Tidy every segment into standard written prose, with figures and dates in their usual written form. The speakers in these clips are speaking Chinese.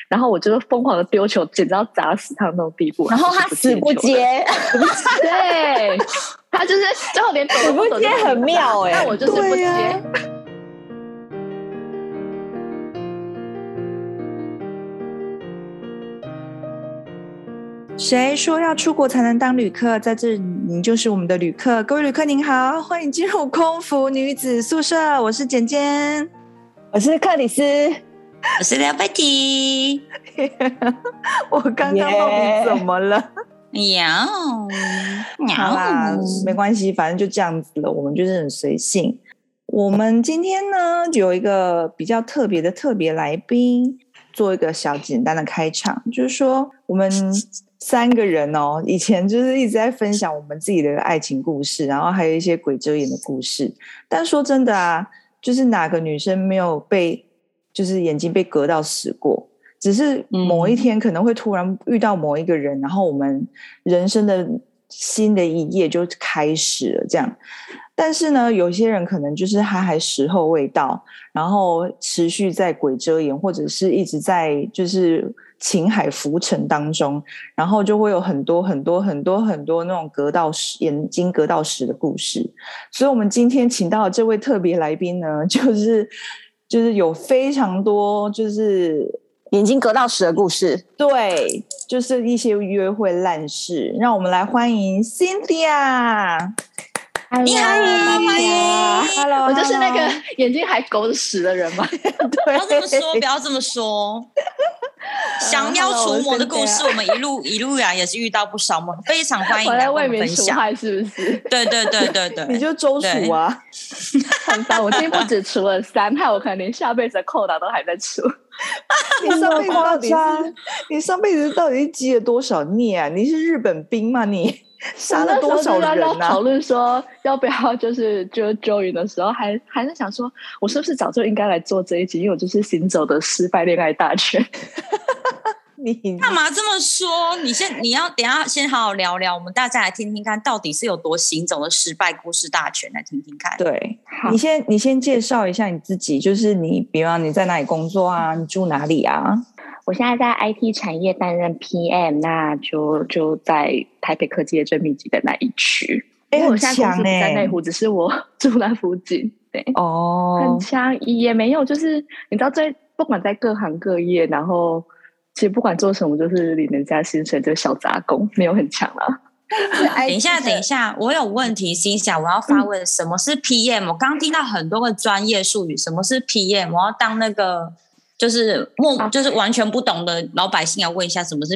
然后我就是疯狂的丢球，简直要砸死他那种地步。 然后他死不接， 对，他就是最后连死不接很妙但我就是不接。 谁说要出国才能当旅客？在这里您就是我们的旅客。各位旅客您好，欢迎进入空服女子宿舍，我是简简， 我是克里斯， 我是廖贝蒂。 我刚刚到底怎么了？好啦，没关系，反正就这样子了，我们就是很随性。我们今天呢有一个比较特别的特别来宾，做一个小简单的开场，就是说我们3个人哦，以前就是一直在分享我们自己的爱情故事，然后还有一些鬼遮眼的故事。但说真的啊，就是哪个女生没有被就是眼睛被割到死过？只是某一天可能会突然遇到某一个人，然后我们人生的新的一页就开始了这样。但是呢，有些人可能就是他还时候未到，然后持续在鬼遮眼，或者是一直在就是情海浮沉当中，然后就会有很多很多很多很多那种眼睛割到屎的故事。所以我们今天请到的这位特别来宾呢，就是有非常多就是眼睛割到屎的故事， 对，就是一些约会烂事。让我们来欢迎 Cynthia。 你好，欢迎 Hello， 我就是那个眼睛还狗屎的人吗？ 不要这么说，不要这么说。降妖除魔的故事，我们一路呀也是遇到不少，我们非常欢迎来跟我们分享， 是不是？ 对， 你就周除啊， 很烦！我今天不止除了3，害我可能连下辈子的扣打都还在除。 你上辈子到底是积了多少孽啊？你是日本兵吗？你杀了多少人啊？ 讨论说要不要就 join 的时候，还在想说，我是不是早就应该来做这一集？因为我就是行走的失败恋爱大全。 你干嘛这么说？你要等一下先好好聊聊，我们大家来听听看，到底是有多行走的失败故事大全，来听听看。 对，你先介绍一下你自己，就是比方你在哪里工作啊？你住哪里啊？ 我现在在 IT 产业担任 PM， 那就在台北科技的最密集的那一区。因为我现在公司不在内湖，只是我住那附近。对，很强也没有，就是你知道，不管在各行各业，然后其实不管做什么，就是领人家薪水，就是小杂工，没有很强啦。 等一下，我有问题，心想我要发问，什么是 PM？ 我刚听到很多个专业术语，什么是 PM？ 我要当那个。就是完全不懂的老百姓要问一下什么是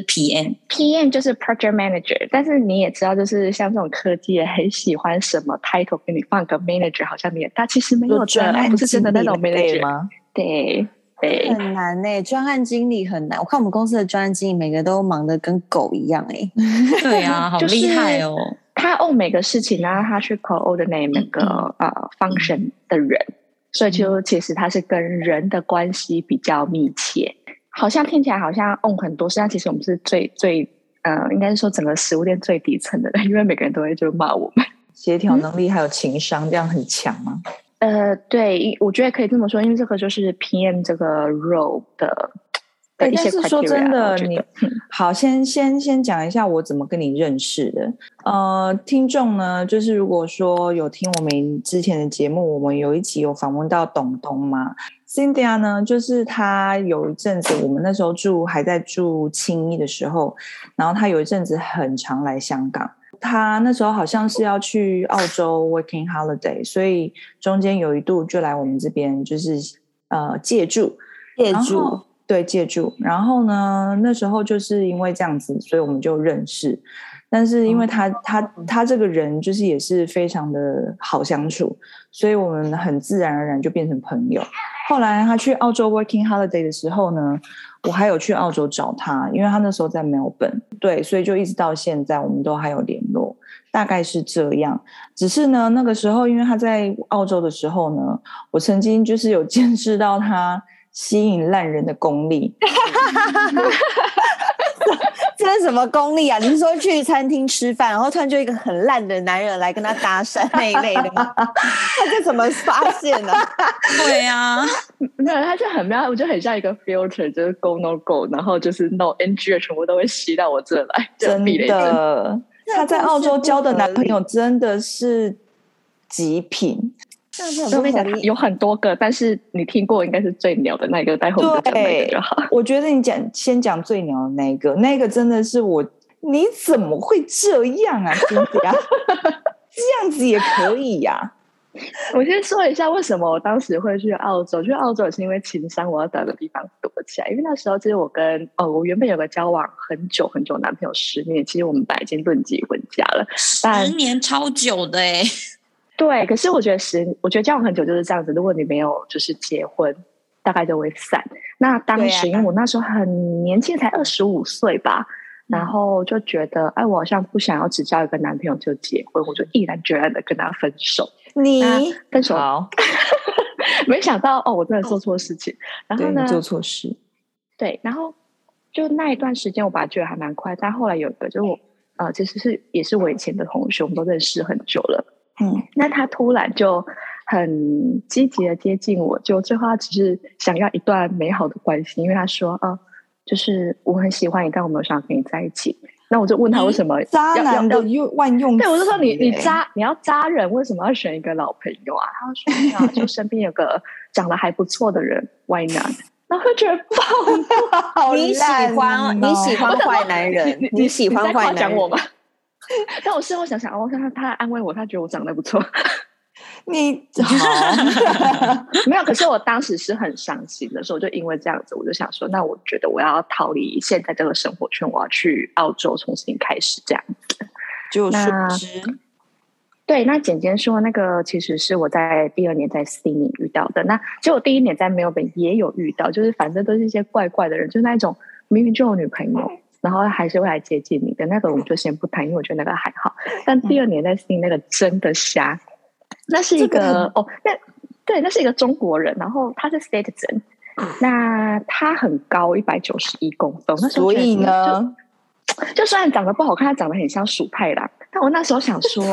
PM 就是 Project Manager， 但是你也知道，就是像这种科技也很喜欢什么 title 给你放个 Manager， 好像但其实没有专案，不是真的那种 Manager 吗？对， 很难专案经理很难。我看我们公司的专案经理每个都忙得跟狗一样对啊，好厉害哦！ 他 own 每个事情，然后他去 coordinate 那个function 的人。所以就其实它是跟人的关系比较密切，好像听起来好像很多事，但其实我们是最应该是说整个食物链最底层的人，因为每个人都会就骂我们。 协调能力还有情商这样很强吗？ 对，我觉得可以这么说，因为这个就是 PM 这个 role 的一些 criteria。但是说真的， 你好，先讲一下我怎么跟你认识的。听众呢，就是如果说有听我们之前的节目，我们有一集有访问到董东嘛 ，Cynthia 呢，就是她有一阵子，我们那时候还在住青衣的时候，然后她有一阵子很常来香港。她那时候好像是要去澳洲 working holiday， 所以中间有一度就来我们这边，就是借住。对，借住。然后呢，那时候就是因为这样子，所以我们就认识。但是因为他这个人就是也是非常的好相处，所以我们很自然而然就变成朋友。后来他去澳洲 working holiday 的时候呢，我还有去澳洲找他，因为他那时候在墨尔本。对，所以就一直到现在我们都还有联络，大概是这样。只是呢，那个时候因为他在澳洲的时候呢，我曾经就是有见识到他吸引烂人的功力。 这是什么功力啊？你是说去餐厅吃饭，然后突然就一个很烂的男人来跟他搭讪那一类的吗？他这怎么发现呢？ 对啊， 没有，它就很妙，我就很像一个 filter，就是 go no go， 然后就是 no NG 的全部都会吸到我这来， 真的。他在澳洲交的男朋友真的是极品。 我跟你讲，有很多个，但是你听过应该是最鸟的那个，待会我们讲那个就好。 我觉得你先讲最鸟的那个真的是你怎么会这样啊，金姐啊？这样子也可以呀？ 我先说一下为什么我当时会去澳洲。去澳洲也是因为情商，我要找个地方躲起来。因为那时候其实我原本有个交往很久很久的男朋友10年，其实我们本来已经论及婚嫁了。 10年超久的欸。 对，可是我觉得交往很久就是这样子。如果你没有就是结婚，大概就会散。那当时因为我那时候很年轻，才25岁吧，然后就觉得我好像不想要只交一个男朋友就结婚，我就毅然决然的跟他分手。 你分手好没想到我真的做错事情。然后呢， 你做错事。 对，然后就那一段时间我把它觉得还蛮快，但后来有一个就是我其实也是我以前的同学，我们都认识很久了。那他突然就很积极的接近我，就最后他只是想要一段美好的关系，因为他说就是我很喜欢你，但我没有想要跟你在一起。那我就问他为什么渣男的万用对，我就说你要渣人，为什么要选一个老朋友啊？他说就身边有个长得还不错的人，why not？然后就觉得爆你喜欢坏男人，你喜欢坏男人， 讲我吗？但我事后想想，他安慰我，他觉得我长得不错。 你好没有，可是我当时是很伤心的时候，就因为这样子，我就想说，那我觉得我要逃离现在这个生活圈，我要去澳洲重新开始这样子。对，那简简说那个其实是我在第2年在悉尼遇到的，那结果第1年在墨尔本也有遇到，就是反正都是一些怪怪的人，就是那种明明就有女朋友，然后还是会来接近你的那个，我们就先不谈，因为我觉得那个还好。但第2年在悉尼那个真的瞎。那是一个那是一个中国人，然后他是 citizen，那他很高191公分，那时候所以呢， 就虽然长得不好看，他长得很像鼠太郎，但我那时候想说，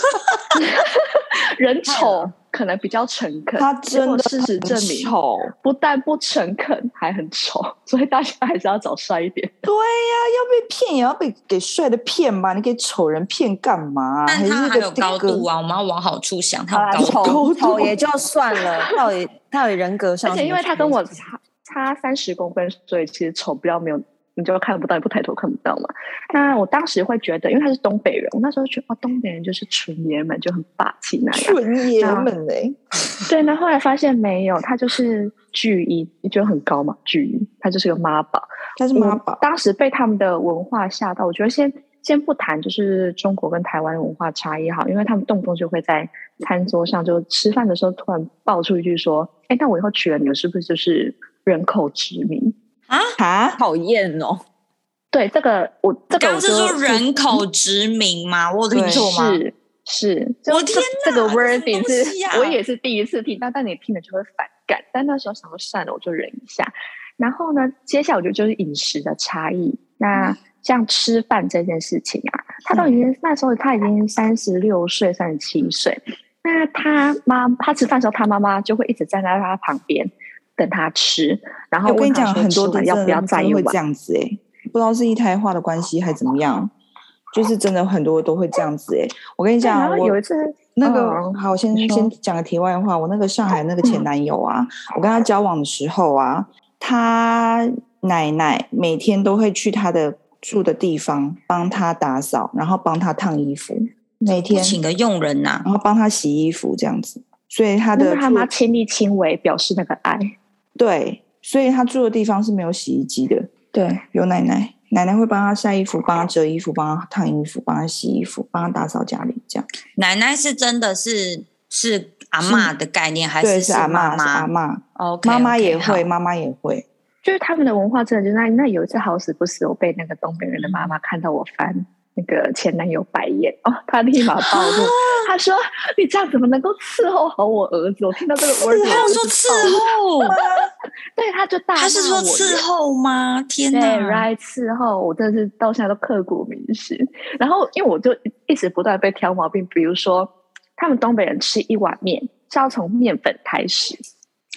人丑可能比较诚恳， 他真的事实证明不但不诚恳，还很丑，所以大家还是要找帅一点。 对呀，要被骗也要被给帅的骗吧，你给丑人骗干嘛？ 但他还有高度啊，我们要往好处想，他有高度，丑也就算了，到底人格上， 而且因为他跟我差30公分，所以其实丑比较没有。你就看不到，你不抬头看不到嘛。那我当时会觉得，因为他是东北人，我那时候觉得东北人就是纯爷们，就很霸气那样。 纯爷们对，那后来发现没有，他就是巨婴，你觉得很高嘛？巨婴，他就是个妈宝。 他是妈宝。 当时被他们的文化吓到，我觉得先不谈，就是中国跟台湾文化差异好，因为他们动不动就会在餐桌上，就吃饭的时候突然爆出一句说：“那我以后娶了你，是不是就是人口殖民？” 讨厌哦！ 对，这个刚是说人口殖民吗？我有听错吗？ 是， 我天哪， 这个 wording 是我也是第一次听到，但你听了就会反感。但那时候想说算了，我就忍一下。然后呢，接下来我觉得就是饮食的差异。那像吃饭这件事情啊，那时候他已经36岁、37岁。那他吃饭的时候，他妈妈就会一直站在他旁边。等他吃，然后我跟你讲，很多要不要再一碗， 会这样子不知道是一胎化的关系还是怎么样，就是真的很多都会这样子我跟你讲，我有一次那个好，先讲个题外话，我那个上海那个前男友啊，我跟他交往的时候啊，他奶奶每天都会去他的住的地方帮他打扫，然后帮他烫衣服，每天请个佣人呐， 然后帮他洗衣服这样子，所以他妈亲力亲为表示那个爱。 对，所以他住的地方是没有洗衣机的。对，有奶奶会帮他晒衣服，帮他折衣服，帮他烫衣服，帮他洗衣服，帮他打扫家里这样。 奶奶是真的是阿嬷的概念，还是阿嬷？是阿嬷。妈妈也会，妈妈也会。 就是他们的文化真的就是那有一次好死不死，我被那个东北人的妈妈看到我翻那个前男友白眼他立马暴怒，他说：“你这样怎么能够伺候好我儿子？”我听到这个 word， 他要说伺候， 对，他就大骂我。 他是说伺候吗？天哪， 对 ，right， 伺候，我真的是到现在都刻骨铭心。然后，因为我就一直不断被挑毛病，比如说他们东北人吃一碗面是要从面粉开始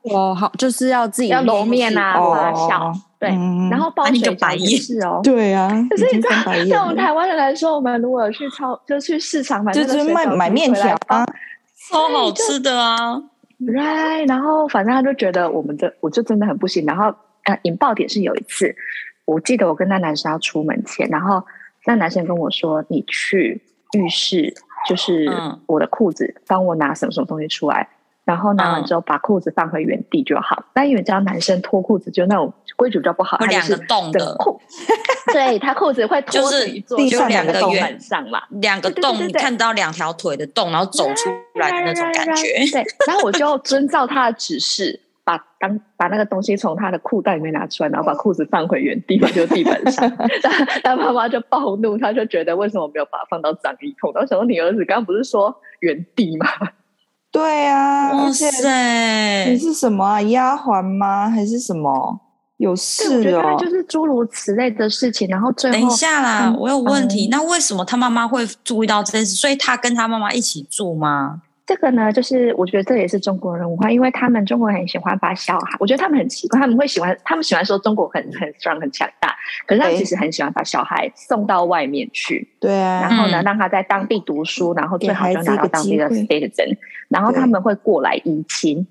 哦，好，就是要自己要揉面啊，发酵。对，然后包水饺也是哦。 对啊， 可是你知道，对我们台湾人来说，我们如果去市场买那个水饺， 买面条啊， 超好吃的啊。 right， 然后反正他就觉得我就真的很不行。然后引爆点是有一次，我记得我跟那男生要出门前，然后那男生跟我说：“你去浴室，就是我的裤子，帮我拿什么什么东西出来。”然后拿完之后把裤子放回原地就好。但因为知道男生脱裤子就那种规矩比较不好， 会两个洞的裤，对他裤子会脱就是地上两个洞上嘛， 两个洞看到2条腿的洞，然后走出来的那种感觉。 对，然后我就遵照他的指示，把那个东西从他的裤袋里面拿出来，然后把裤子放回原地，就地板上。但妈妈就暴怒，他就觉得为什么没有把它放到脏衣桶？然后想说你儿子刚刚不是说原地吗？ 对啊， 哇塞！ 你是什么啊？丫鬟吗？还是什么？有事哦？ 我觉得他就是诸如此类的事情，然后最后等一下啦，我有问题。那为什么他妈妈会注意到这件事？所以他跟他妈妈一起住吗？ 这个呢，就是我觉得这也是中国人文化，因为他们中国人很喜欢把小孩，我觉得他们很奇怪，他们喜欢说中国很strong很强大，可是他们其实很喜欢把小孩送到外面去， 对啊， 然后呢让他在当地读书，然后最好就拿到当地的 citizen， 然后他们会过来移亲。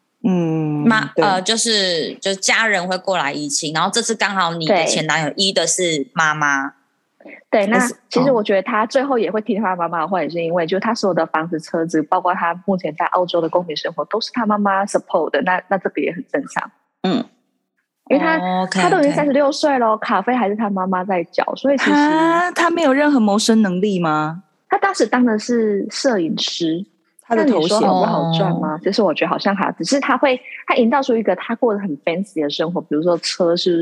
就是家人会过来移亲，然后这次刚好你的前男友移的是妈妈。 对，那其实我觉得他最后也会听他妈妈的话，也是因为就是他所有的房子、车子，包括他目前在澳洲的公民生活，都是他妈妈 support 的。那这个也很正常，因为他都已经36岁了，卡费还是他妈妈在缴，所以其实他没有任何谋生能力吗？ 他当时当的是摄影师， 他的头衔好不好赚吗？其实我觉得好像只是他营造出一个他过得很 fancy 的生活，比如说车是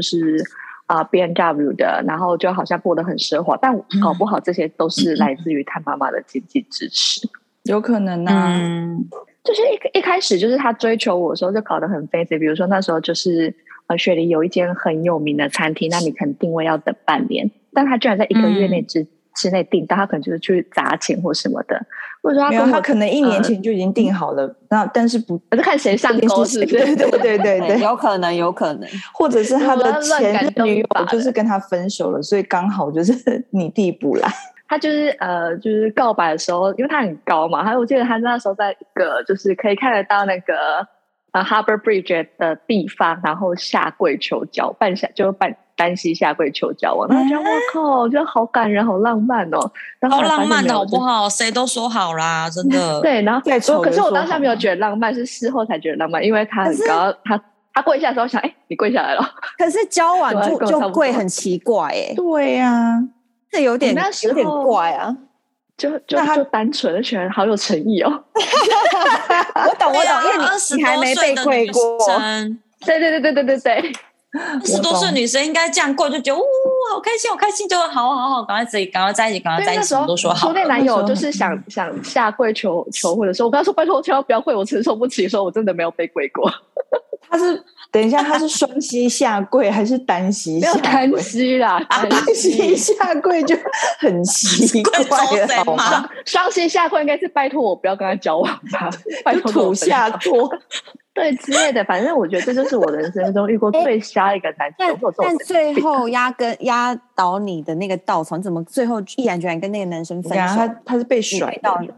BMW 的，然后就好像过得很奢华，但搞不好这些都是来自于他妈妈的经济支持， 有可能啊。 就是一开始就是他追求我的时候就搞得很 fancy， 比如说那时候就是雪梨有一间很有名的餐厅，那你可能定位要等半年，但他居然在1个月内之内订到，他可能就是去砸钱或什么的，或者说他可能1年前就已经订好了，但是可是看谁上钩，是不是？ 对，有可能， 或者是他的前任女友就是跟他分手了，所以刚好就是你递补来。 他就是告白的时候，因为他很高嘛，我记得他那时候在一个就是可以看得到那个Harbour Bridge 的地方，然后下跪求交，单膝下跪求交往，然后觉得我靠，我觉得好感人，好浪漫哦， 好浪漫的好不好？谁都说好啦，真的。 对，然后可是我当下没有觉得浪漫，是事后才觉得浪漫，因为他很高，他跪下的时候想，你跪下来了。 可是交往就跪很奇怪对呀， 这有点怪啊。 就单纯的觉得好有诚意哦。 我懂，因为你还没被跪过。对。 20多岁女生应该这样过，就觉得好开心，就好，赶快在一起，都说好。 初恋男友就是想下跪求婚的时候，我跟他说拜托，千万不要跪，我承受不起。说我真的没有被跪过。 他是双膝下跪还是单膝下跪？ 单膝啦， 单膝下跪就很奇怪了，好吗？ 双膝下跪应该是拜托我不要跟他交往吧，拜托土下座。 对之类的，反正我觉得这就是我人生中遇过最瞎一个男生。 但最后压倒你的那个稻草，你怎么最后毅然决然跟那个男生分手？ 他是被甩到的。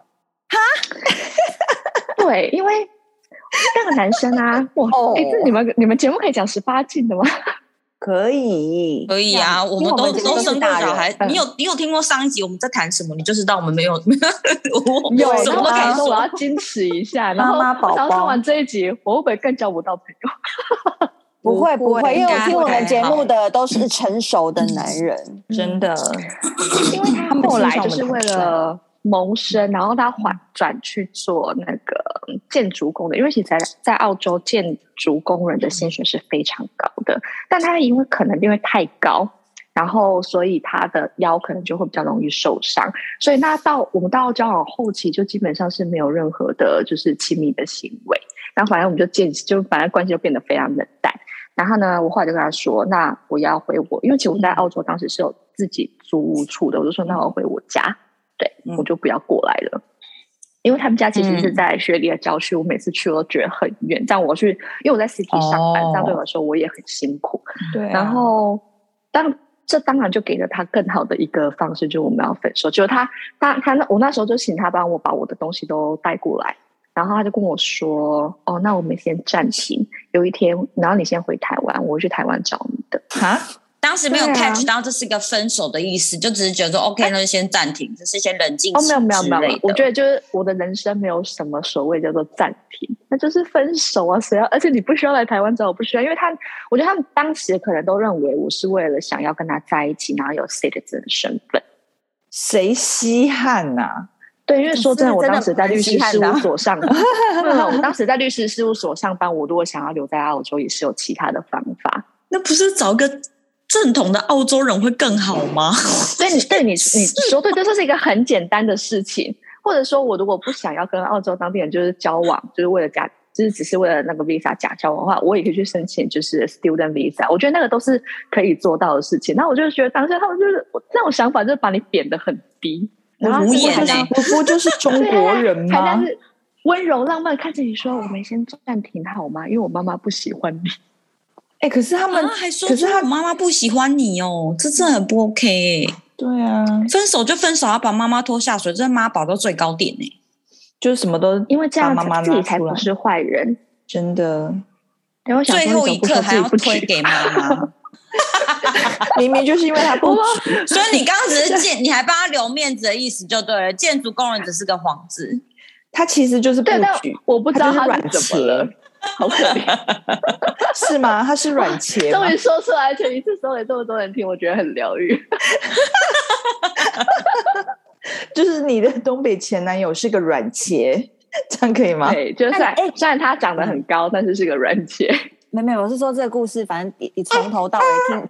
对，因为那个男生这你们节目可以讲18禁的吗？ 可以啊，我们都生过小孩。你有听过上一集我们在谈什么？你就知道我们没有什么都可以说。 我要矜持一下，然后看完这一集，我会不会更交不到朋友？ 不会，因为我听我们节目的都是成熟的男人， 真的。 因为他后来就是为了谋生，然后他转去做那个建筑工的，因为其实在澳洲建筑工人的薪水是非常高的，但他因为太高，然后所以他的腰可能就会比较容易受伤，所以我们到交往后期就基本上是没有任何的就是亲密的行为，然后反正我们反正关系就变得非常冷淡。然后呢，我后来就跟他说，那我要回因为其实我在澳洲当时是有自己租屋处的，我就说那我回我家。对，我就不要过来了， 因为他们家其实是在雪梨的郊区，我每次去我都觉得很远，这样我去，因为我在 City 上班，这样对我来说我也很辛苦。 对， 然后这当然就给了他更好的一个方式，就是我们要分手。就是我那时候就请他帮我把我的东西都带过来，然后他就跟我说：“哦，那我们先暂停，有一天，然后你先回台湾，我会去台湾找你的。” 哈。 当时没有 catch 到这是一个分手的意思，就只是觉得说 OK， 那就先暂停，这是一些冷静期之类的。 我觉得就是我的人生没有什么所谓叫做暂停，那就是分手啊！而且你不需要来台湾找我，不需要，因为我觉得他们当时可能都认为我是为了想要跟他在一起，然后有 citizen 的身份。 谁稀罕啊？ 对，因为说真的，我当时在律师事务所上，我当时在律师事务所上班，我如果想要留在澳洲，也是有其他的方法。 那不是找个正统的澳洲人会更好吗？ 对你说对，这是一个很简单的事情。或者说我如果不想要跟澳洲当地人就是交往，就是为了就是只是为了那个 visa 假交往的话，我也可以去申请就是 student visa。我觉得那个都是可以做到的事情。那我就觉得当下他们就是那种想法，就是把你贬得很低，然后无言不就是中国人吗？ 但是温柔浪漫看着你说：“我们先暂停好吗？因为我妈妈不喜欢你。” 可是他们还说我妈妈不喜欢你哦，这真的很不 OK。 对啊， 分手就分手，要把妈妈拖下水，这妈宝到最高点呢。 就是什么都因为这样自己才不是坏人， 真的。 最后一刻还要推给妈妈， 明明就是因为他不所以你刚刚只是你还帮他留面子的意思就对了。建筑工人只是个幌子， 他其实就是布局， 我不知道他是怎么了。好可怜， 是吗？他是软茄， 终于说出来，而且一次说给这么多人听，我觉得很疗愈。 就是你的东北前男友是个软茄，这样可以吗？ 对，就是虽然他长得很高，但是个软茄。 没有，我是说这个故事，反正你从头到尾听。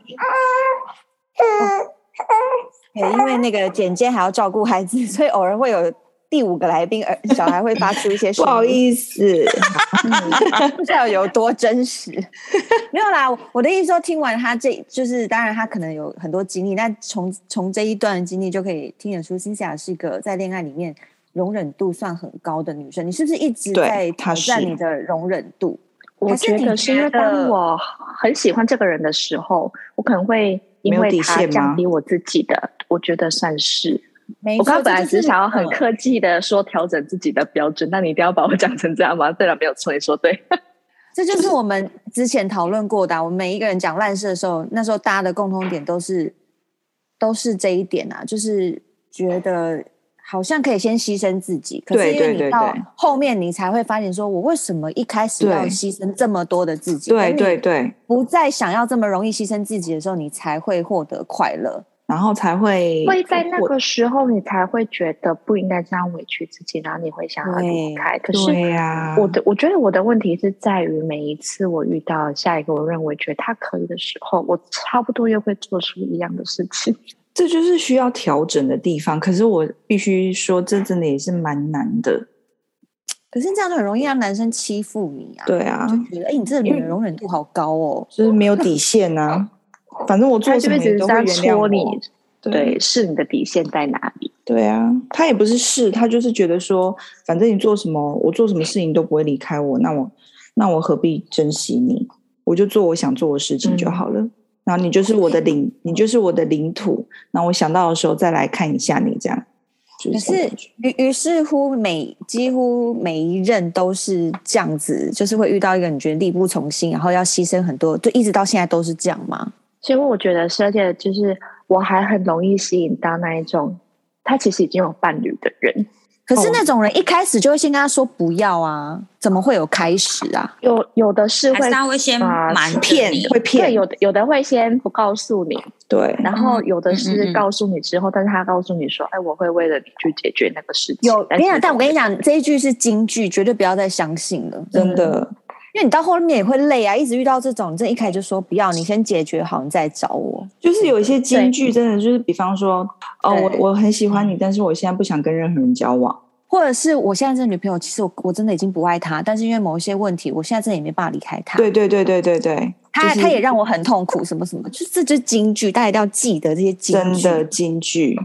因为那个简介还要照顾孩子，所以偶尔会有第5个来宾，小孩会发出一些声音。 不好意思， 不知道有多真实。没有啦，我的意思说，听完他就是当然他可能有很多经历，那从这一段经历就可以听得出Cynthia是一个在恋爱里面容忍度算很高的女生。你是不是一直在挑战你的容忍度？ 我觉得是因为当我很喜欢这个人的时候，我可能会因为他降低我自己的，我觉得算是。我刚本来只是想要很客气的说调整自己的标准，但你一定要把我讲成这样吗？对了，没有错，你说对。 这就是我们之前讨论过的，我们每一个人讲烂事的时候，那时候大家的共同点都是这一点啊，就是觉得好像可以先牺牲自己，可是因为你到后面你才会发现说，我为什么一开始要牺牲这么多的自己？ 对， 不再想要这么容易牺牲自己的时候，你才会获得快乐。 然后才会在那个时候，你才会觉得不应该这样委屈自己，然后你会想要离开。可是我觉得我的问题是在于，每一次我遇到下一个我认为觉得他可以的时候，我差不多又会做出一样的事情。 这就是需要调整的地方。可是我必须说，这真的也是蛮难的。 可是这样就很容易让男生欺负你啊！ 对啊， 就觉得你这个女人容忍度好高哦， 就是没有底线啊。反正我做什么你都会原谅你，对，是你的底线在哪里？ 对啊，他也不是他就是觉得说，反正你做什么，我做什么事情都不会离开我，那我何必珍惜你？我就做我想做的事情就好了。然后你就是我的领土，那我想到的时候再来看一下你这样。 可是于是乎几乎每一任都是这样子，就是会遇到一个你觉得力不从心，然后要牺牲很多，就一直到现在都是这样吗？ 其实我觉得是，而且就是我还很容易吸引到那一种他其实已经有伴侣的人。 可是那种人一开始就会先跟他说不要啊，怎么会有开始啊？ 有的是会， 还是他会先瞒骗你， 会骗。 对，有的会先不告诉你， 对。 然后有的是告诉你之后，但是他告诉你说，哎，我会为了你去解决那个事情。 但我跟你讲，这一句是金句，绝对不要再相信了， 真的。 因为你到后面也会累啊，一直遇到这种，你这一开始就说不要，你先解决好，你再找我。 就是有一些金句，真的就是，比方说，我很喜欢你，但是我现在不想跟任何人交往。 或者是我现在这个女朋友，其实我真的已经不爱她，但是因为某一些问题，我现在真的也没办法离开她。 对， 她也让我很痛苦，什么什么，这就是金句，大家一定要记得这些金句。 真的金句。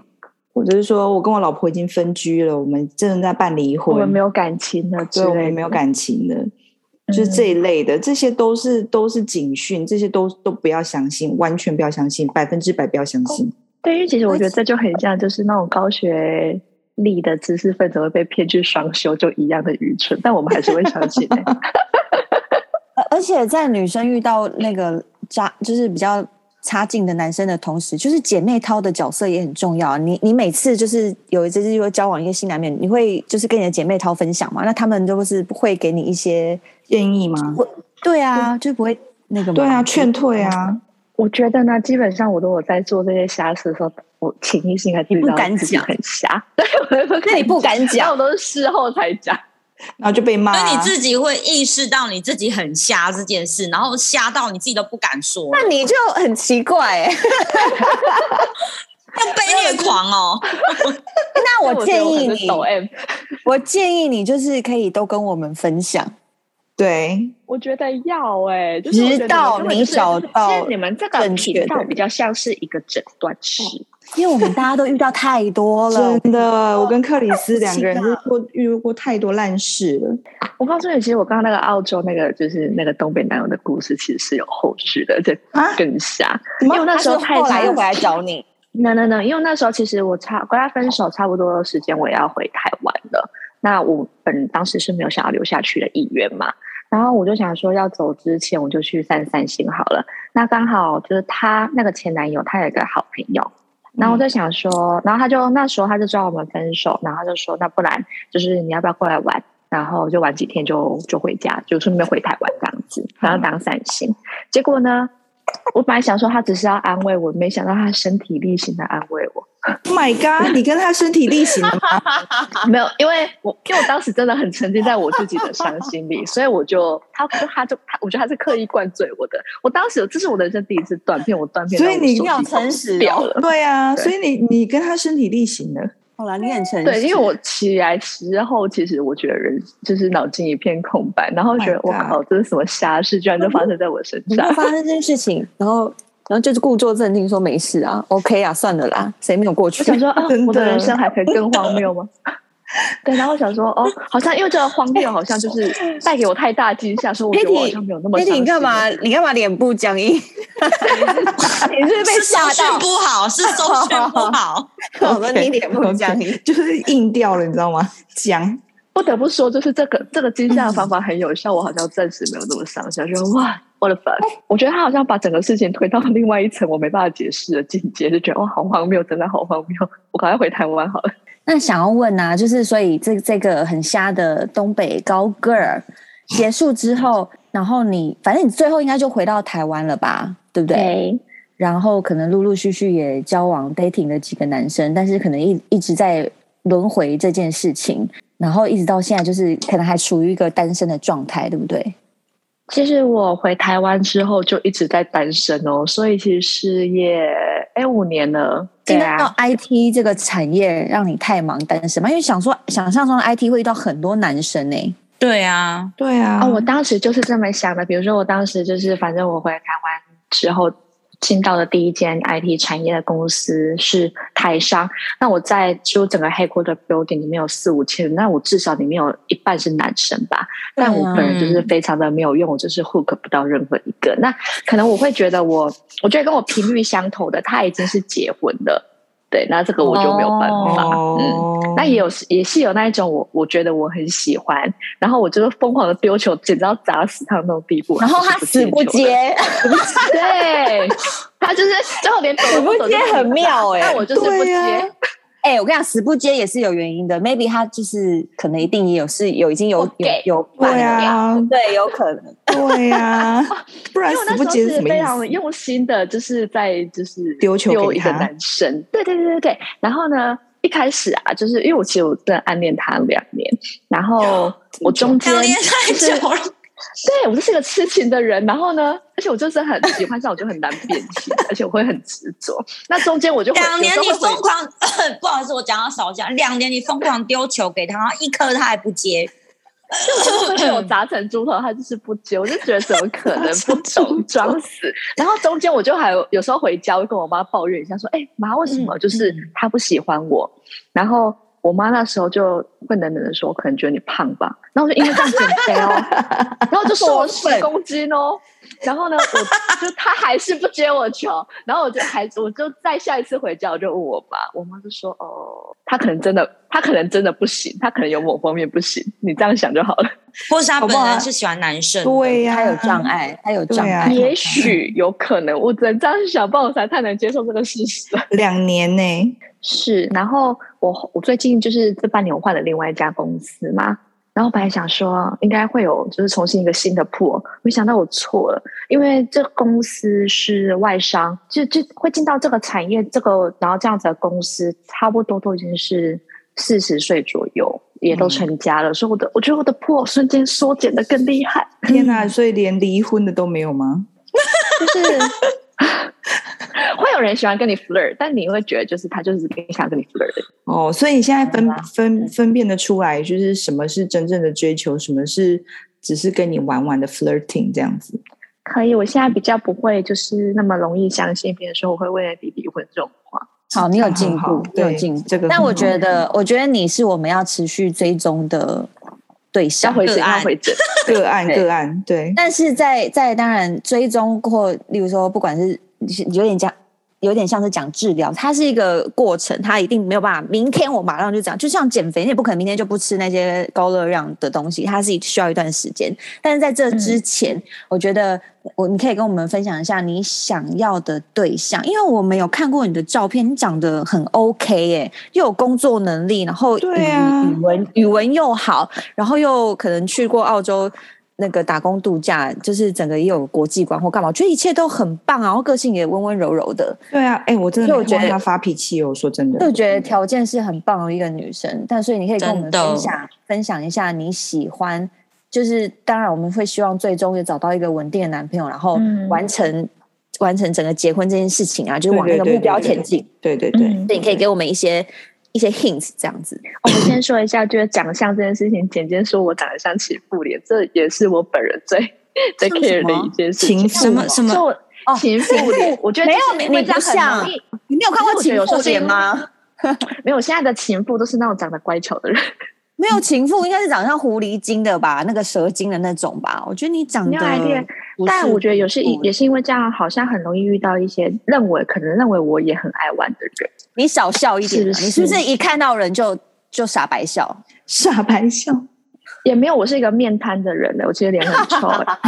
或者是说我跟我老婆已经分居了，我们正在办离婚， 我们没有感情了， 对，我们没有感情了，就是这一类的，这些都是警讯，这些都不要相信，完全不要相信，100%不要相信。 对，因为其实我觉得这就很像，就是那种高学历的知识分子会被骗去双修，就一样的愚蠢，但我们还是会相信。 而且在女生遇到那个就是比较差劲的男生的同时，就是姐妹淘的角色也很重要。你每次就是有一次就交往一个新男人，你会就是跟你的姐妹淘分享嘛？那他们就是会给你一些建议吗？ 对啊，就不会那个吗？ 对啊，劝退啊。 我觉得呢，基本上我都有在做这些瞎事的时候，我潜意识还知道自己很瞎。对， 那你不敢讲， 我都是事后才讲。 然后就被骂， 所以你自己会意识到你自己很瞎这件事，然后瞎到你自己都不敢说， 那你就很奇怪要被虐狂哦。 那我建议你，我建议你就是可以都跟我们分享。 对， 我觉得要直到你找到你们这个频道比较像是一个诊断室。 因为我们大家都遇到太多了， 真的，我跟克里斯2个人遇过太多烂事了。 我告诉你，其实我刚刚那个澳洲那个就是那个东北男友的故事，其实是有后续的，这更瞎。因为那时候后来又回来找你 ，no，因为那时候其实我跟他分手差不多的时间，我也要回台湾了。那我当时是没有想要留下去的意愿嘛，然后我就想说要走之前我就去散散心好了。那刚好就是他那个前男友，他有一个好朋友。然后我就想说，然后那时候他就知道我们分手，然后他就说，那不然就是你要不要过来玩？然后就玩几天就回家，就顺便回台湾这样子，然后当散心。结果呢，我本来想说他只是要安慰我，没想到他身体力行的安慰我。 Oh my god！ 你跟他身体力行了吗？ 没有，因为我当时真的很沉浸在我自己的伤心里，所以我就我觉得他是刻意灌醉我的。我当时这是我的人生第一次断片，我断片， 所以你要诚实掉了。 对啊，所以你跟他身体力行了。 后来你很诚实， 对，因为我起来之后，其实我觉得人就是脑筋一片空白，然后觉得我靠，这是什么瞎事，居然就发生在我身上。 发生这件事情，然后就是故作镇定说没事啊 ，OK 啊，算了啦，谁没有过去？ 我想说我的人生还可以更荒谬吗？对，然后我想说好像因为这个荒谬，好像就是带给我太大惊吓，所以我觉得我好像没有那么伤心。 你干嘛脸部僵硬？你是被吓到？ 是收讯不好，是收讯不好。 我说你脸部僵硬， 就是硬掉了，你知道吗？僵。 不得不说，就是这个惊吓的方法很有效，我好像暂时没有那么伤心，觉得哇，我的烦！我觉得他好像把整个事情推到另外一层我没办法解释的境界，就觉得好荒谬，真的好荒谬！我赶快回台湾好了。 那想要问啊，就是所以这个很瞎的东北高 girl 结束之后，然后反正你最后应该就回到台湾了吧，对不对？ 对。 然后可能陆陆续续也交往 dating 了几个男生，但是可能一直在轮回这件事情。然后一直到现在，就是可能还处于一个单身的状态，对不对？ 其实我回台湾之后就一直在单身所以其实失业5年了。 进到 IT 这个产业让你太忙单身吗？因为想象中的 IT 会遇到很多男生对啊， 对啊。 我当时就是这么想的。比如说我当时就是反正我回台湾之后进到的第一间 IT 产业的公司是台商，那我在就整个 headquarter building 里面有4-5千，那我至少里面有一半是男生吧，但我本人就是非常的没有用，我就是 hook 不到任何一个。那可能我会觉得我觉得跟我频率相投的他已经是结婚了，对，那这个我就没有办法。那也是有那一种我觉得我很喜欢，然后我就是疯狂的丢球，简直要砸死他的那种地步， 然后他死不接， 对，他就是最后连死不接很妙但我就是不接。 我跟你讲，死不接也是有原因的 ，maybe 他就是可能一定已经有对啊， 对，有可能， 对呀，不然死不接是什么意思？ 非常用心的，就是在就是丢球给一个男生，对，然后呢？一开始啊，就是因为我真的暗恋他2年，然后我中间 2年太久了， 对我就是个痴情的人，然后呢，而且我就是很喜欢上，我就很难变心，而且我会很执着。那中间我就 2年你疯狂，不好意思，我讲到少讲，2年你疯狂丢球给他，然后1颗他还不接。 就被我砸成猪头，他就是不接，我就觉得怎么可能不懂装死。然后中间我就还有时候回家会跟我妈抱怨一下，说：“妈，为什么就是他不喜欢我？”然后我妈那时候就会冷冷的说：“可能觉得你胖吧。”然后我就因为这样减肥哦，然后就瘦了10公斤哦。然后呢，他还是不接我球，然后我就再下一次回家我就问我妈，我妈就说：“他可能真的不行，他可能有某方面不行，你这样想就好了。” 或是他本人是喜欢男生， 对呀， 他有障碍， 也许有可能，我只能这样想，不然我才太能接受这个事实了。 2年呢？ 是，然后我最近就是这半年我换了另外一家公司嘛。然后本来想说应该会有就是重新一个新的铺，没想到我错了，因为这公司是外商，就会进到这个产业，然后这样子的公司差不多都已经是40岁左右，也都成家了，所以我觉得我的铺瞬间缩减的更厉害。 天哪，所以连离婚的都没有吗？ 就是会有人喜欢跟你 flirt， 但你会觉得就是他就是想跟你 flirt 的。 所以你现在分辨得出来，就是什么是真正的追求，什么是只是跟你玩玩的 flirting 这样子。 可以，我现在比较不会就是那么容易相信别人说我会为了你离婚这种话。 好，你有进步，你有进步。 这个， 但我觉得你是我们要持续追踪的对象， 要回诊个案，对。 但是在当然追踪或例如说，不管是有点像是讲治疗，它是一个过程，它一定没有办法明天我马上就这样，就像减肥，你也不可能明天就不吃那些高热量的东西，它是需要一段时间。但是在这之前，我觉得你可以跟我们分享一下你想要的对象，因为我们有看过你的照片，你长得很 OK 耶，又有工作能力，然后语文又好，然后又可能去过澳洲那个打工度假，就是整个也有国际观或干嘛，我觉得一切都很棒，然后个性也温温柔柔的。 对啊，我真的没看到他发脾气哦，说真的， 就觉得条件是很棒的一个女生。但所以你可以跟我们分享一下你喜欢，就是当然我们会希望最终也找到一个稳定的男朋友，然后完成整个结婚这件事情啊，就是往那个目标前进。 对， 所以你可以给我们一些 hints 这样子。 我们先说一下，就是长相这件事情，简简说我长得像秦妇脸，这也是我本人最 care 的一件事情。 什么秦妇脸？我觉得没有，你不像，你没有看过秦妇脸吗？ 没有，现在的秦妇都是那种长得乖巧的人。 没有情妇应该是长得像狐狸精的吧，那个蛇精的那种吧。我觉得你长得但我觉得也是因为这样，好像很容易遇到一些可能认为我也很爱玩的人。 你少笑一点，你是不是一看到人就傻白笑？ 傻白笑也没有，我是一个面瘫的人，我其实脸很臭。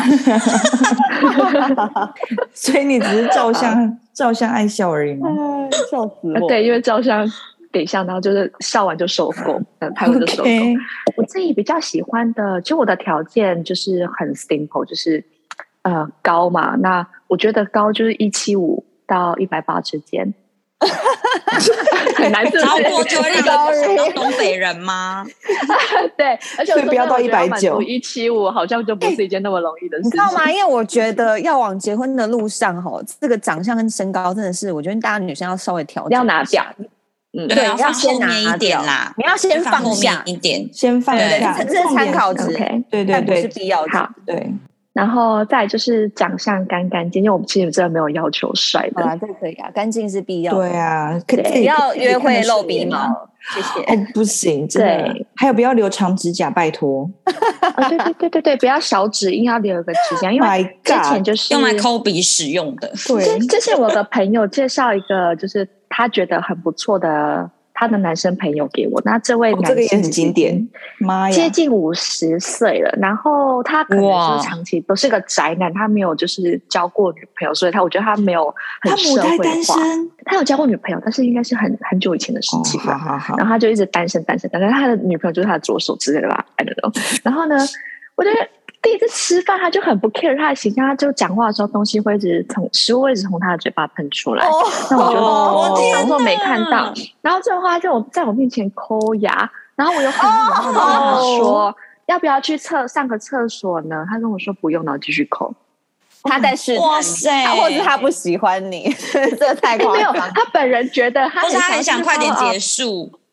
所以你只是照相爱笑而已吗？ 笑死我！ 对，因为照相给相，然后就是笑完就收工，拍完就收工。Okay. 我自己比较喜欢的，其实我的条件就是很 simple， 就是高嘛。那我觉得高就是175到180之间。很难超过就会让人想到东北人吗？ 对，而且不要到190 175好像就不是一件那么容易的事情， 你知道吗？因为我觉得要往结婚的路上这个长相跟身高真的是，我觉得大家女生要稍微调整， 要拿掉。 对，要先拿一点啦， 你要先放下一点， 先放下， 这是参考值， 对， 但不是必要的。 对。 然后再就是长相干干净净，因为我们其实真的没有要求帅的。 好啦，这可以啊，干净是必要的。 对啊， 不要约会露鼻毛，谢谢。 不行，对，还有不要留长指甲，拜托。 对，不要小指，硬要留一个指甲，因为之前就是用来抠鼻使用的。 对， 之前我的朋友介绍一个，就是他觉得很不错的。他的男生朋友给我，那这位男生这个也很经典，妈呀， 接近50岁了，然后他可能是长期都是个宅男，他没有就是交过女朋友，所以我觉得他没有很社会化。他有交过女朋友，但是应该是很久以前的事情了。 好， 然后他就一直单身，他的女朋友就是他的左手之类的吧 ，I don't know。然后呢，我觉得第一次吃饭他就很不 care 他的形象，他就讲话的时候东西会食物会一直从他的嘴巴喷出来，那我就当作没看到。然后最后他就在我面前抠牙，然后我又很礼貌的跟他说要不要去上个厕所呢？他跟我说不用，然后继续抠。 他在试探你，或者他不喜欢你，这太夸张。 没有，他本人觉得他很想快点结束。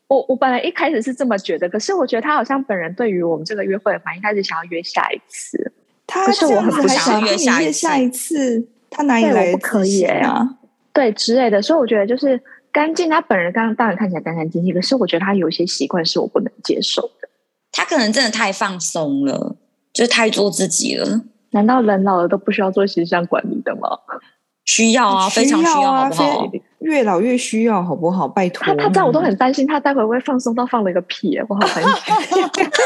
我本来一开始是这么觉得，可是我觉得他好像本人对于我们这个约会蛮应该是想要约下一次。 可是我很不想约下一次，他哪里来的自信啊？ 对之类的，所以我觉得就是干净。他本人当然看起来干干净净，可是我觉得他有一些习惯是我不能接受的。 他可能真的太放松了，就太做自己了。 难道人老了都不需要做形象管理的吗？ 需要啊，非常需要，好不好？ 越老越需要，好不好？拜托。 他这样我都很担心，他待会会放松到放了一个屁耶，我好担心。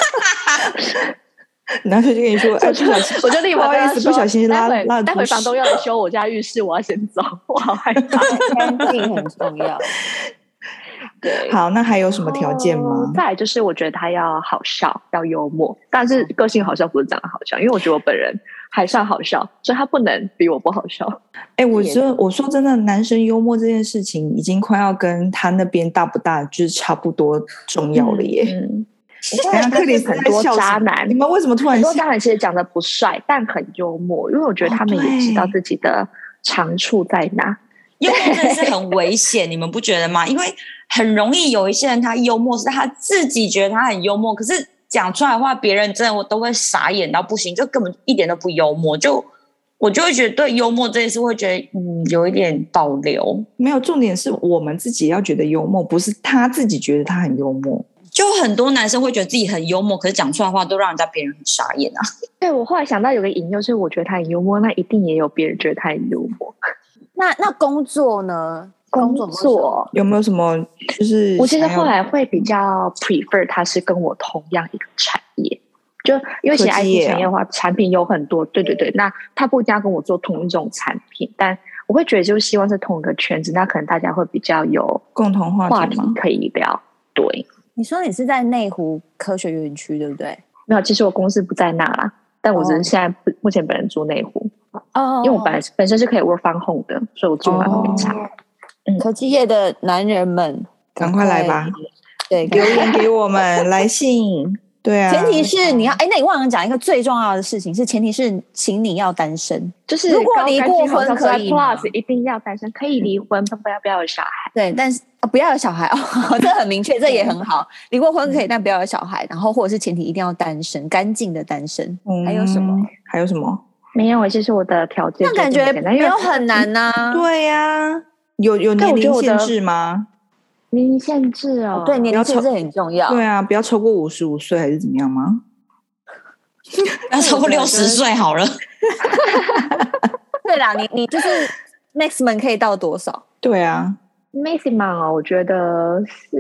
然后就跟你说，哎，不小心， 我就立马跟他说， 不小心拉待会房东要来修我家浴室，我要先走，我好害怕。 干净很重要。 对， 好，那还有什么条件吗？ 再来就是我觉得他要好笑，要幽默，但是个性好笑不是长得好笑，因为我觉得我本人还算好笑，所以他不能比我不好笑。 哎，我说真的，男生幽默这件事情已经快要跟他那边大不大就是差不多重要了耶。 等下克里斯很多渣男， 你们为什么突然？ 很多渣男其实长得不帅，但很幽默，因为我觉得他们也知道自己的长处在哪。 幽默真的是很危险，你们不觉得吗？因为很容易有一些人他幽默是他自己觉得他很幽默，可是讲出来的话，别人真的都会傻眼到不行，就根本一点都不幽默。我就会觉得对幽默这件事会觉得有一点保留。 没有，重点是我们自己要觉得幽默，不是他自己觉得他很幽默。 就很多男生会觉得自己很幽默，可是讲出来的话都让人家别人很傻眼啊。 对，我后来想到有个引诱，就是我觉得他很幽默，那一定也有别人觉得他很幽默。 那工作呢？ 工作有没有什么？就是我其实后来会比较 prefer 他是跟我同样一个产业，就因为其实 IT 产业的话，产品有很多，对对对。那他不一定要跟我做同一种产品，但我会觉得就希望是同一个圈子，那可能大家会比较有共同话题可以聊。对， 你说你是在内湖科学园区对不对？ 没有，其实我公司不在那啦，但我只是现在目前本人住内湖。因为我本身是可以 work from home 的，所以我住哪都没差。 科技业的男人们， 赶快来吧！ 对， 留言给我们，来信。对啊， 前提是你要那你忘了讲一个最重要的事情，是前提是请你要单身， 就是如果离过婚可以 plus 一定要单身，可以离婚，不要有小孩。 对，但是不要有小孩哦，这很明确，这也很好。离过婚可以，但不要有小孩，然后或者是前提一定要单身，干净的单身。还有什么？ 还有什么？ 没有，这是我的条件。 那感觉没有很难呐。 对呀，有年龄限制吗？ 年龄限制哦， 对，年龄限制很重要。 对啊，不要超过55岁还是怎么样吗？ 要超过60岁好了。 对啦，你就是 maximum 可以到多少？ 对啊 ，maximum 我觉得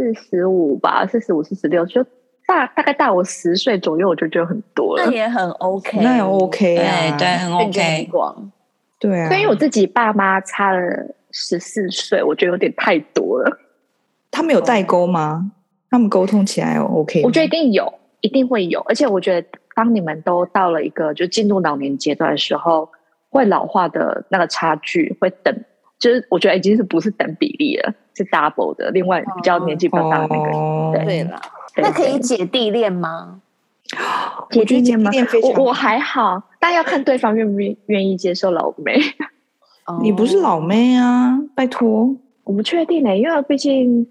45吧，45、46就。大概大我10岁左右，我就觉得很多了。 那也很 OK， 那也 OK 啊， 对，很 OK。 对啊， 所以因为我自己爸妈差了14岁，我觉得有点太多了。 他们有代沟吗？他们沟通起来OK 吗？ 我觉得一定有，一定会有。而且我觉得，当你们都到了一个就进入老年阶段的时候，会老化的那个差距会等，就是我觉得已经是不是等比例了，是 double 的。另外比较年纪比较大的那个， 对了。那可以姐弟恋吗？ 姐弟恋吗？我还好，但要看对方愿意接受老妹。 你不是老妹啊，拜托。 我不确定因为毕竟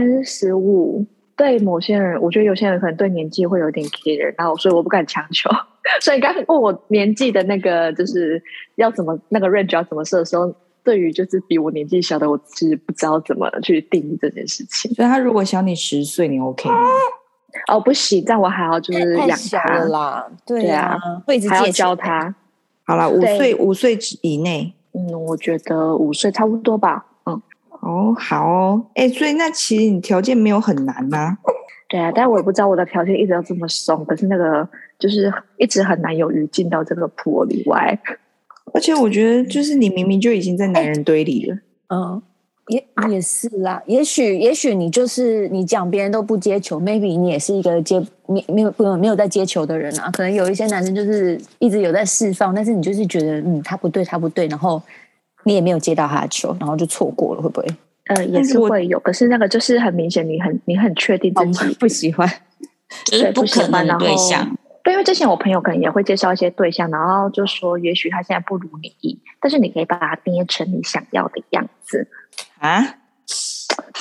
35，对某些人，我觉得有些人可能对年纪会有点 care， 然后所以我不敢强求。所以刚问我年纪的那个就是要怎么那个 range 要怎么设的时候，对于就是比我年纪小的，我其实不知道怎么去定义这件事情。 所以他如果小你10岁，你 OK 吗？ 哦，不行，但我还要就是养他了啦。对啊， 还要教他。 好啦，5岁以内。 我觉得5岁差不多吧。 哦，好哦。所以那其实你条件没有很难啊。 对啊，但我也不知道我的条件一直要这么松，可是那个就是一直很难有余进到这个坡里外。 而且我觉得，就是你明明就已经在男人堆里了， 也是啦。也许你就是你讲别人都不接球 ，maybe 你也是一个没有在接球的人啊。可能有一些男生就是一直有在释放，但是你就是觉得他不对，然后你也没有接到他的球，然后就错过了，会不会？ 也是会有，可是那个就是很明显，你很确定自己不喜欢， 就是不可能的对象。 对，因为之前我朋友可能也会介绍一些对象，然后就说也许他现在不如你意，但是你可以把他捏成你想要的样子啊。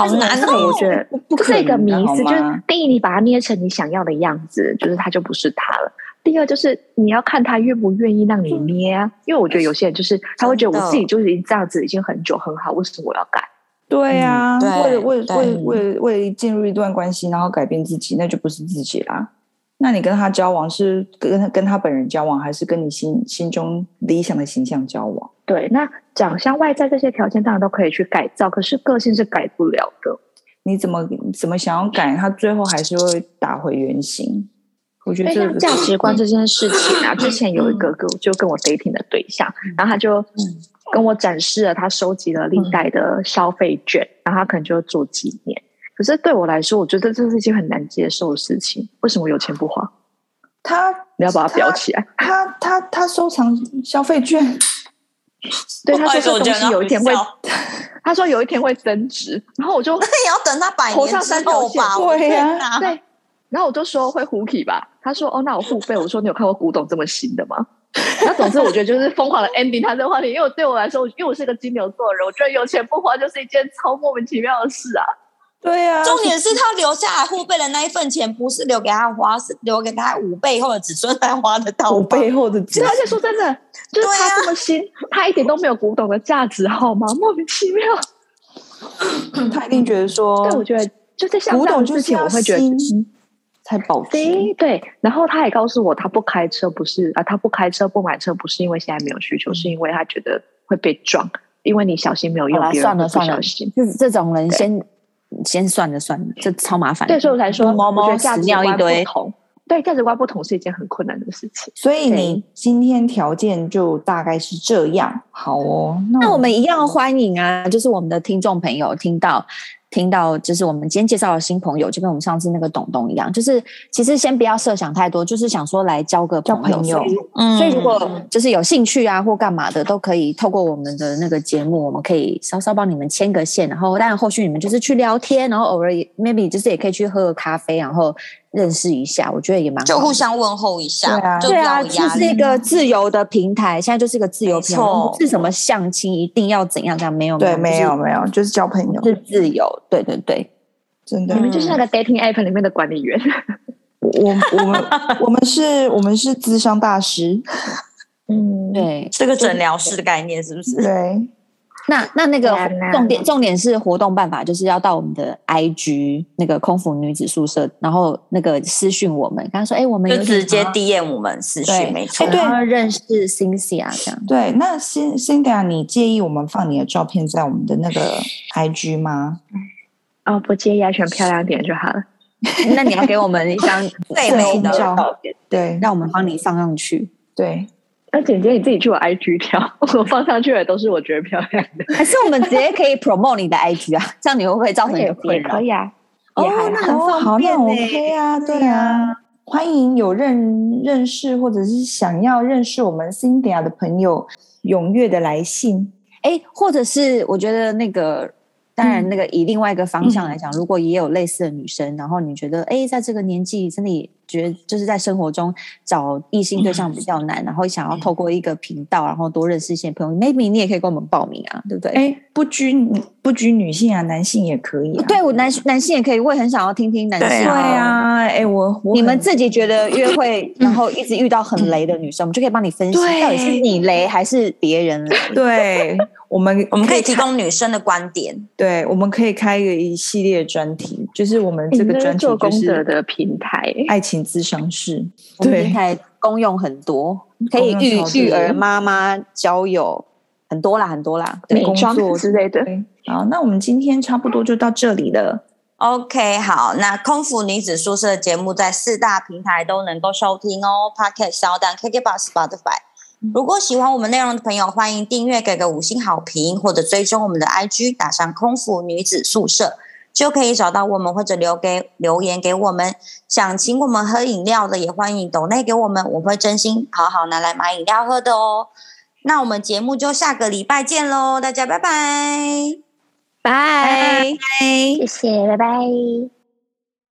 好难哦！我觉得这是一个迷思，就是第一，你把它捏成你想要的样子，就是它就不是它了。第二，就是你要看他愿不愿意让你捏啊，因为我觉得有些人就是他会觉得我自己就是已经这样子已经很久很好，为什么我要改？ 对啊，为了进入一段关系，然后改变自己，那就不是自己啦。那你跟他交往是跟他本人交往，还是跟你心中理想的形象交往？ 对，那长相、外在这些条件当然都可以去改造，可是个性是改不了的。 你怎么想要改，他最后还是会打回原形。我觉得这个价值观这件事情啊，之前有一个就跟我 dating 的对象，然后他就跟我展示了他收集了历代的消费券，然后他可能就会做纪念。可是对我来说，我觉得这是一件很难接受的事情。为什么有钱不花？你要把它裱起来。 他收藏消费券， 对，他说这东西有一天会，他说有一天会增值，然后我就那也要等他100年之后吧？ 对呀， 对。然后我就说会胡起吧，他说哦，那我付费。我说你有看过古董这么新的吗？那总之我觉得就是疯狂的 ending 他这个话题，因为对我来说，因为我是个金牛座的人，我觉得有钱不花就是一件超莫名其妙的事啊。 对啊， 重点是他留下来护背的那一份钱，不是留给他花，是留给他5辈后的子孙才花得到。 5辈后的子孙， 而且说真的，就是他这么新，他一点都没有古董的价值，好吗？莫名其妙。 他一定觉得说， 对，我觉得就是像这样的事情，我会觉得。 才保值。 对，然后他也告诉我，他不开车不是他不开车不买车不是因为现在没有需求，是因为他觉得会被撞，因为你小心没有用，别人会不小心。 就是这种人先算了，这超麻烦。 对，所以我才说，我觉得价值观不同，对，价值观不同是一件很困难的事情。 所以你今天条件就大概是这样，好哦。 那我们一样欢迎啊，就是我们的听众朋友听到就是我们今天介绍的新朋友，就跟我们上次那个董董一样，就是其实先不要设想太多，就是想说来交个朋友。所以如果就是有兴趣啊或干嘛的，都可以透过我们的那个节目，我们可以稍稍帮你们牵个线，然后当然后续你们就是去聊天，然后偶尔 maybe 就是也可以去喝个咖啡，然后认识一下，我觉得也蛮好的， 就互相问候一下。 对啊，就是一个自由的平台，现在就是一个自由平台，不是什么相亲一定要怎样这样，没有， 对，没有，就是交朋友， 是自由，对， 真的， 你们就是那个 dating app 里面的管理员。 我们是諮商大師， 对， 这个诊疗室的概念是不是？ 对。 那个重点是活动办法，就是要到我们的 IG 那个空服女子宿舍，然后那个私讯我们，跟他说，我们就直接 DM 我们私讯，没错。 然后认识 Cynthia 这样。 对，那 Cynthia， 你介意我们放你的照片在我们的那个 IG 吗？ 哦，不介意啊，选漂亮点就好了。 那你要给我们一张最美的照片，对， 让我们帮你放上去。 对。 那姐姐你自己去我 IG 挑，我放上去的都是我觉得漂亮的。 还是我们直接可以 promote 你的 IG 啊？这样你会不会造成一个也可以啊？ 那很方便那 OK 啊，对啊，欢迎有认识或者是想要认识我们 Cynthia 的朋友，踊跃的来信。 或者是我觉得那个。当然，那个以另外一个方向来讲，如果也有类似的女生，然后你觉得在这个年纪真的也觉得就是在生活中找异性对象比较难，然后想要透过一个频道，然后多认识一些朋友 ，maybe 你也可以跟我们报名啊，对不对？ 不拘女性啊，男性也可以啊。 对，我男性也可以，我也很想要听听男性。 对啊， 你们自己觉得约会，然后一直遇到很雷的女生，我们就可以帮你分析到底是你雷还是别人雷。 对。我们可以提供女生的观点， 对，我们可以开一系列专题，就是我们这个专题就是的平台， 爱情咨商室， 对，平台功用很多，可以育儿、妈妈、交友，很多啦， 美妆之类的。 好，那我们今天差不多就到这里了。 OK， 好，那空服女子宿舍的节目在4大平台都能够收听哦 ，Podcast、SoundOn、KKBOX、Spotify。如果喜欢我们内容的朋友，欢迎订阅，给个5星好评，或者追踪我们的 IG， 打上空服女子宿舍，就可以找到我们，或者留言给我们。想请我们喝饮料的，也欢迎抖内给我们，我们会真心好好拿来买饮料喝的哦。那我们节目就下个礼拜见喽，大家拜拜， 拜， 谢谢，拜拜。